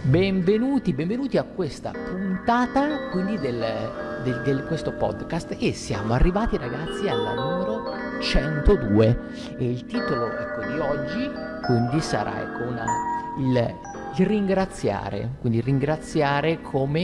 Benvenuti a questa puntata quindi questo podcast, e siamo arrivati, ragazzi, alla numero 102, e il titolo, di oggi quindi sarà il ringraziare, quindi ringraziare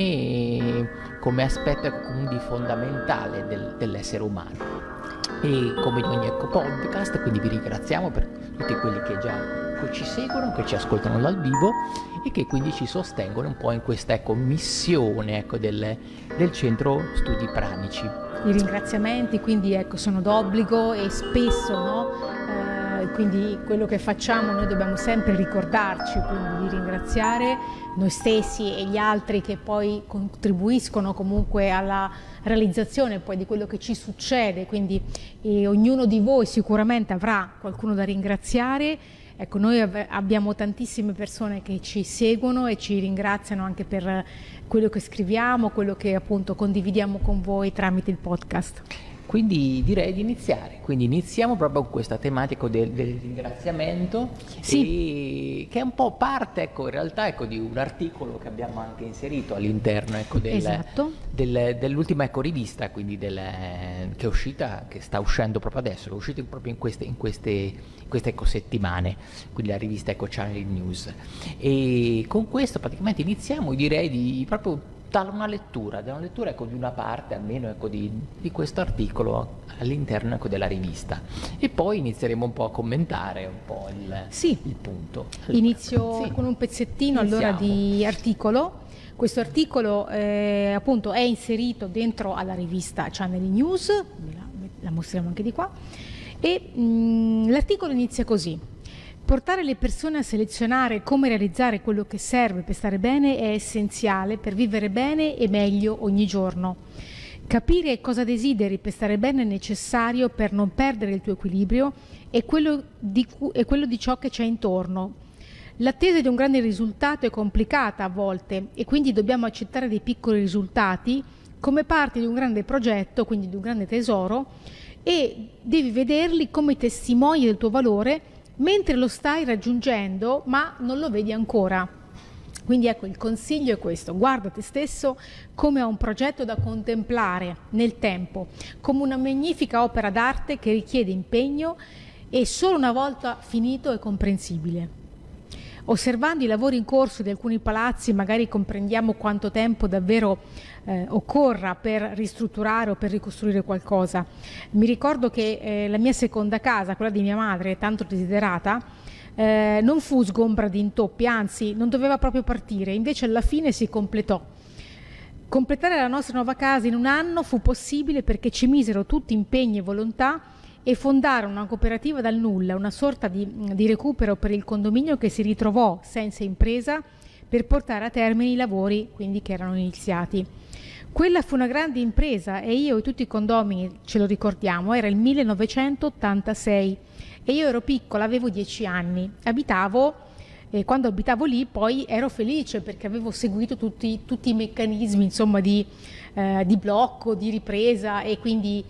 come aspetto quindi fondamentale dell'essere umano. E come in ogni podcast, quindi vi ringraziamo per tutti quelli che già ci seguono, che ci ascoltano dal vivo e che quindi ci sostengono un po' in questa missione del centro studi pranici. I ringraziamenti quindi sono d'obbligo e spesso, no? Quindi quello che facciamo noi dobbiamo sempre ricordarci quindi di ringraziare noi stessi e gli altri che poi contribuiscono comunque alla realizzazione poi di quello che ci succede, quindi ognuno di voi sicuramente avrà qualcuno da ringraziare. Ecco, noi abbiamo tantissime persone che ci seguono e ci ringraziano anche per quello che scriviamo, quello che appunto condividiamo con voi tramite il podcast. Quindi direi di iniziare, quindi iniziamo proprio con questa tematica del ringraziamento, sì. Che è un po' parte in realtà di un articolo che abbiamo anche inserito all'interno esatto. dell'ultima rivista, quindi che è uscita, che sta uscendo proprio adesso, che è uscita proprio in queste settimane, quindi la rivista Channel News. E con questo praticamente iniziamo, direi di proprio da una lettura di una parte almeno di questo articolo all'interno della rivista, e poi inizieremo un po' a commentare un po' il punto. Inizio con un pezzettino allora di articolo. Questo articolo appunto è inserito dentro alla rivista Channel News, la mostriamo anche di qua, e l'articolo inizia così: portare le persone a selezionare come realizzare quello che serve per stare bene è essenziale per vivere bene e meglio ogni giorno. Capire cosa desideri per stare bene è necessario per non perdere il tuo equilibrio e quello di ciò che c'è intorno. L'attesa di un grande risultato è complicata a volte e quindi dobbiamo accettare dei piccoli risultati come parte di un grande progetto, quindi di un grande tesoro, e devi vederli come testimoni del tuo valore mentre lo stai raggiungendo ma non lo vedi ancora. Quindi il consiglio è questo: guarda te stesso come un progetto da contemplare nel tempo, come una magnifica opera d'arte che richiede impegno e solo una volta finito è comprensibile. Osservando i lavori in corso di alcuni palazzi magari comprendiamo quanto tempo davvero occorra per ristrutturare o per ricostruire qualcosa. Mi ricordo che la mia seconda casa, quella di mia madre, tanto desiderata, non fu sgombra di intoppi, anzi non doveva proprio partire, invece alla fine si completò. Completare la nostra nuova casa in un anno fu possibile perché ci misero tutti impegno e volontà e fondarono una cooperativa dal nulla, una sorta di recupero per il condominio che si ritrovò senza impresa per portare a termine i lavori quindi che erano iniziati. Quella fu una grande impresa e io e tutti i condomini ce lo ricordiamo. Era il 1986 e io ero piccola, avevo 10 anni, quando abitavo lì poi ero felice perché avevo seguito tutti i meccanismi insomma di blocco, di ripresa, e quindi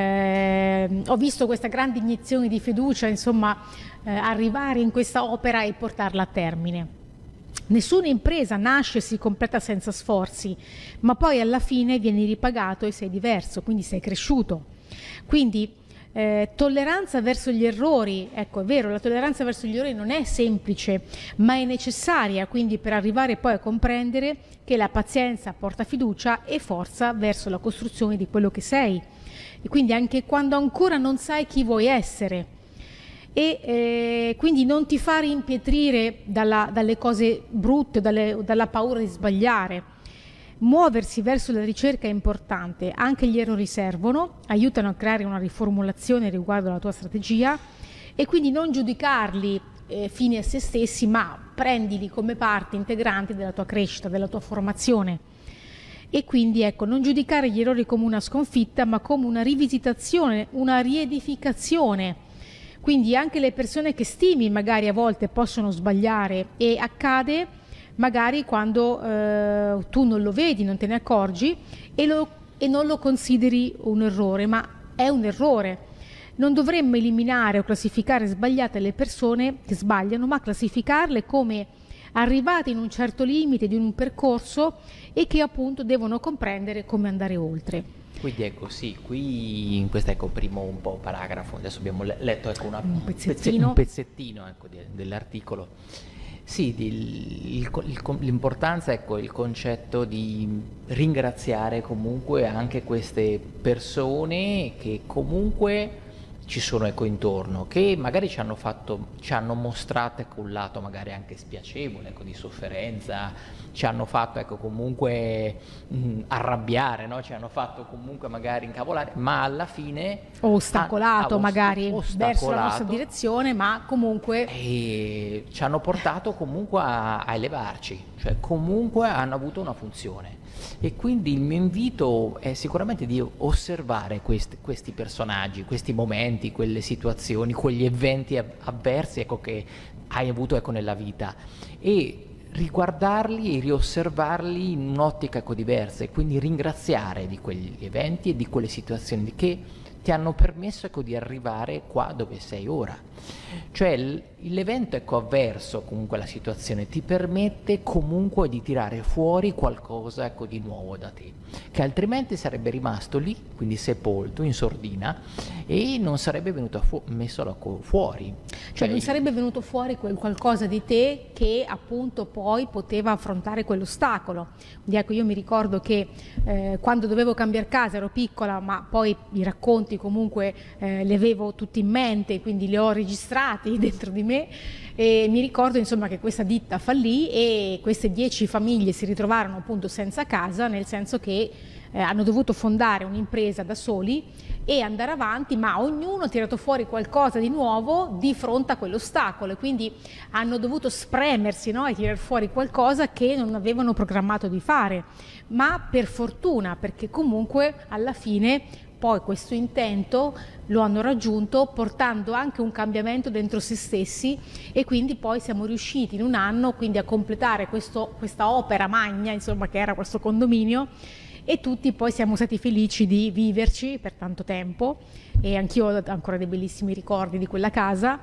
ho visto questa grande iniezione di fiducia insomma arrivare in questa opera e portarla a termine. Nessuna impresa nasce e si completa senza sforzi, ma poi alla fine vieni ripagato e sei diverso, quindi sei cresciuto. Quindi tolleranza verso gli errori, è vero, la tolleranza verso gli errori non è semplice, ma è necessaria, quindi per arrivare poi a comprendere che la pazienza porta fiducia e forza verso la costruzione di quello che sei, e quindi anche quando ancora non sai chi vuoi essere. E quindi non ti fare impietrire dalle cose brutte, dalla paura di sbagliare. Muoversi verso la ricerca è importante, anche gli errori servono, aiutano a creare una riformulazione riguardo alla tua strategia, e quindi non giudicarli fini a se stessi, ma prendili come parte integrante della tua crescita, della tua formazione. E quindi non giudicare gli errori come una sconfitta, ma come una rivisitazione, una riedificazione. Quindi anche le persone che stimi magari a volte possono sbagliare, e accade magari quando tu non lo vedi, non te ne accorgi e non lo consideri un errore, ma è un errore. Non dovremmo eliminare o classificare sbagliate le persone che sbagliano, ma classificarle come arrivati in un certo limite di un percorso e che appunto devono comprendere come andare oltre. Quindi ecco, sì, qui in questo primo un po' paragrafo, adesso abbiamo letto un pezzettino dell'articolo. Sì, l'importanza, il concetto di ringraziare comunque anche queste persone che comunque ci sono intorno, che magari ci hanno mostrato un lato magari anche spiacevole, di sofferenza, ci hanno fatto comunque arrabbiare, no? Ci hanno fatto comunque magari incavolare, ma alla fine ostacolato magari verso la nostra direzione, ma comunque e ci hanno portato comunque a elevarci, cioè comunque hanno avuto una funzione. E quindi il mio invito è sicuramente di osservare questi personaggi, questi momenti, quelle situazioni, quegli eventi avversi che hai avuto nella vita, e riguardarli e riosservarli in un'ottica diversa, e quindi ringraziare di quegli eventi e di quelle situazioni che ti hanno permesso di arrivare qua dove sei ora. Cioè l'evento avverso, comunque la situazione, ti permette comunque di tirare fuori qualcosa di nuovo da te, che altrimenti sarebbe rimasto lì, quindi sepolto in sordina, e non sarebbe venuto messo fuori. Cioè non sarebbe venuto fuori quel qualcosa di te che appunto poi poteva affrontare quell'ostacolo. Quindi io mi ricordo che quando dovevo cambiare casa ero piccola, ma poi i racconti comunque li avevo tutti in mente, quindi li ho registrati dentro di me, e mi ricordo insomma che questa ditta fallì e queste 10 famiglie si ritrovarono appunto senza casa, nel senso che hanno dovuto fondare un'impresa da soli e andare avanti, ma ognuno ha tirato fuori qualcosa di nuovo di fronte a quell'ostacolo, e quindi hanno dovuto spremersi, no? E tirare fuori qualcosa che non avevano programmato di fare, ma per fortuna, perché comunque alla fine poi questo intento lo hanno raggiunto portando anche un cambiamento dentro se stessi, e quindi poi siamo riusciti in un anno quindi a completare questa opera magna, insomma, che era questo condominio, e tutti poi siamo stati felici di viverci per tanto tempo, e anch'io ho ancora dei bellissimi ricordi di quella casa,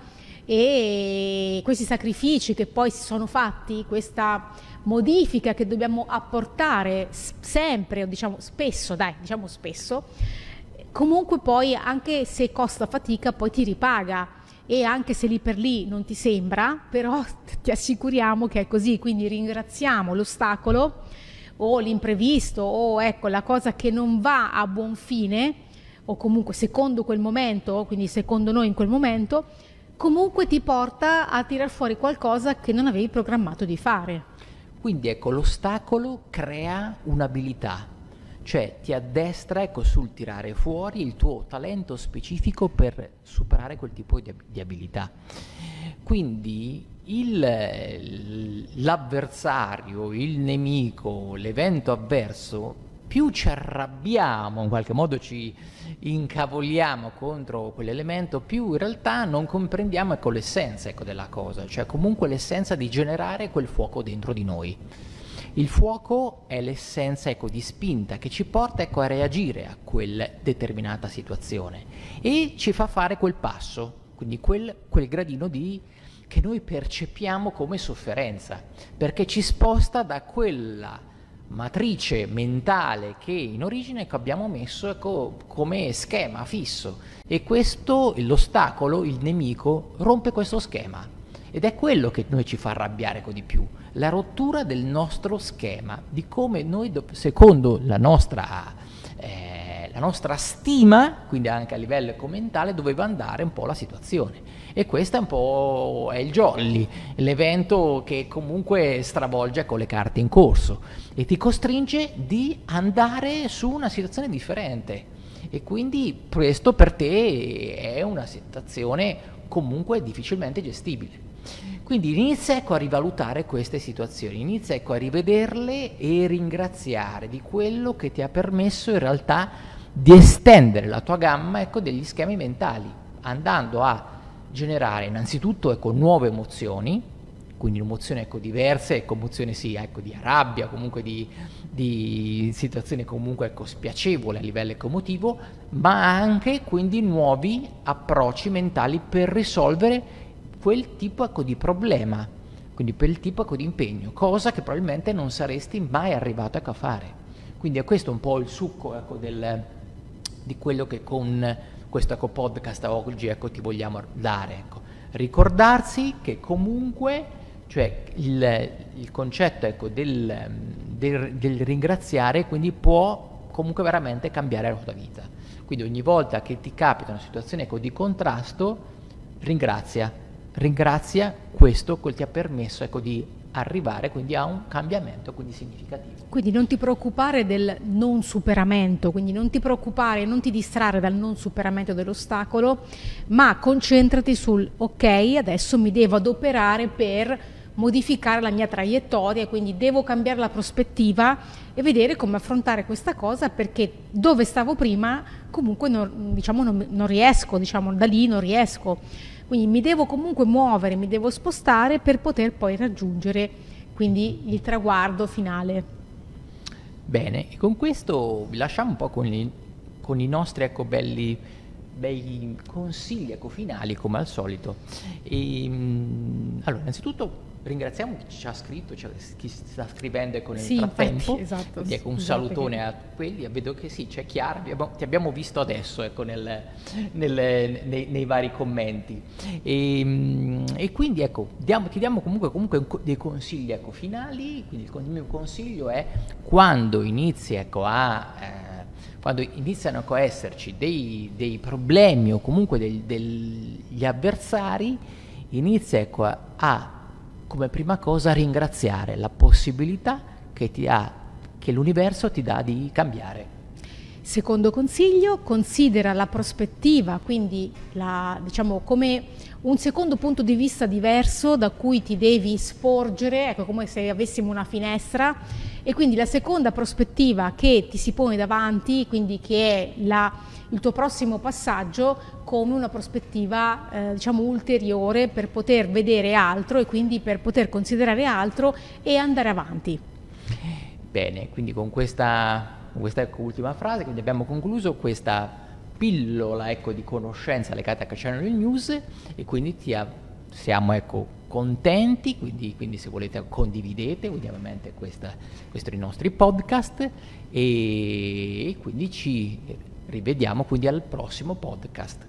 e questi sacrifici che poi si sono fatti, questa modifica che dobbiamo apportare sempre, o diciamo spesso, comunque poi, anche se costa fatica, poi ti ripaga, e anche se lì per lì non ti sembra, però ti assicuriamo che è così. Quindi ringraziamo l'ostacolo o l'imprevisto o la cosa che non va a buon fine, o comunque secondo quel momento, quindi secondo noi in quel momento, comunque ti porta a tirar fuori qualcosa che non avevi programmato di fare. Quindi l'ostacolo crea un'abilità, cioè ti addestra sul tirare fuori il tuo talento specifico per superare quel tipo di abilità. Quindi l'avversario, il nemico, l'evento avverso, più ci arrabbiamo, in qualche modo ci incavoliamo contro quell'elemento, più in realtà non comprendiamo l'essenza della cosa, cioè comunque l'essenza di generare quel fuoco dentro di noi. Il fuoco è l'essenza di spinta che ci porta a reagire a quella determinata situazione e ci fa fare quel passo, quindi quel gradino che noi percepiamo come sofferenza, perché ci sposta da quella matrice mentale che in origine abbiamo messo come schema fisso, e questo, l'ostacolo, il nemico, rompe questo schema, ed è quello che noi ci fa arrabbiare di più, la rottura del nostro schema, di come noi, secondo la nostra stima, quindi anche a livello mentale, doveva andare un po' la situazione. E questo è un po' il jolly, l'evento che comunque stravolge con le carte in corso e ti costringe di andare su una situazione differente, e quindi questo per te è una situazione comunque difficilmente gestibile. Quindi inizia a rivalutare queste situazioni, inizia a rivederle e ringraziare di quello che ti ha permesso in realtà di estendere la tua gamma degli schemi mentali, andando a generare innanzitutto nuove emozioni, quindi emozioni diverse, emozioni sì, di rabbia, comunque di situazioni comunque spiacevoli a livello emotivo, ma anche quindi nuovi approcci mentali per risolvere quel tipo di problema. quindi per il tipo di impegno, cosa che probabilmente non saresti mai arrivato a fare. Quindi è questo un po' il succo di quello che con questo podcast oggi ti vogliamo dare. Ricordarsi che comunque, cioè il concetto del ringraziare quindi può comunque veramente cambiare la tua vita. Quindi ogni volta che ti capita una situazione di contrasto, ringrazia questo che ti ha permesso di arrivare quindi a un cambiamento quindi significativo. Quindi non ti preoccupare del non superamento, quindi non ti preoccupare, non ti distrarre dal non superamento dell'ostacolo, ma concentrati sul ok, adesso mi devo adoperare per modificare la mia traiettoria, quindi devo cambiare la prospettiva e vedere come affrontare questa cosa, perché dove stavo prima comunque non riesco, da lì non riesco. Quindi mi devo comunque muovere, mi devo spostare per poter poi raggiungere quindi il traguardo finale. Bene, e con questo vi lasciamo un po' con i nostri bei consigli finali come al solito. Allora, innanzitutto ringraziamo chi ci ha scritto, chi sta scrivendo nel frattempo. Infatti, esatto. Quindi un salutone a quelli. Vedo che sì, c'è Chiara, ti abbiamo visto adesso nei vari commenti. E quindi ti diamo comunque dei consigli finali. Quindi il mio consiglio è quando quando iniziano a esserci dei problemi o comunque degli avversari, inizia a come prima cosa ringraziare la possibilità che l'universo ti dà di cambiare. Secondo consiglio, considera la prospettiva, quindi come un secondo punto di vista diverso da cui ti devi sporgere, come se avessimo una finestra, e quindi la seconda prospettiva che ti si pone davanti, quindi che è il tuo prossimo passaggio, come una prospettiva ulteriore per poter vedere altro e quindi per poter considerare altro e andare avanti. Bene, quindi con questa ultima frase quindi abbiamo concluso questa pillola di conoscenza legata a Channel News, e quindi siamo contenti, quindi se volete condividete ovviamente questi i nostri podcast, e quindi ci rivediamo quindi al prossimo podcast.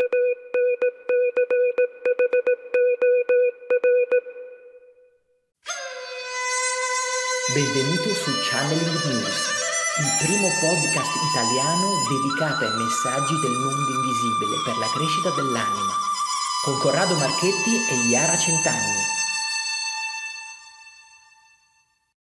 Benvenuto su Channeling News, il primo podcast italiano dedicato ai messaggi del mondo invisibile per la crescita dell'anima, con Corrado Marchetti e Iara Centanni.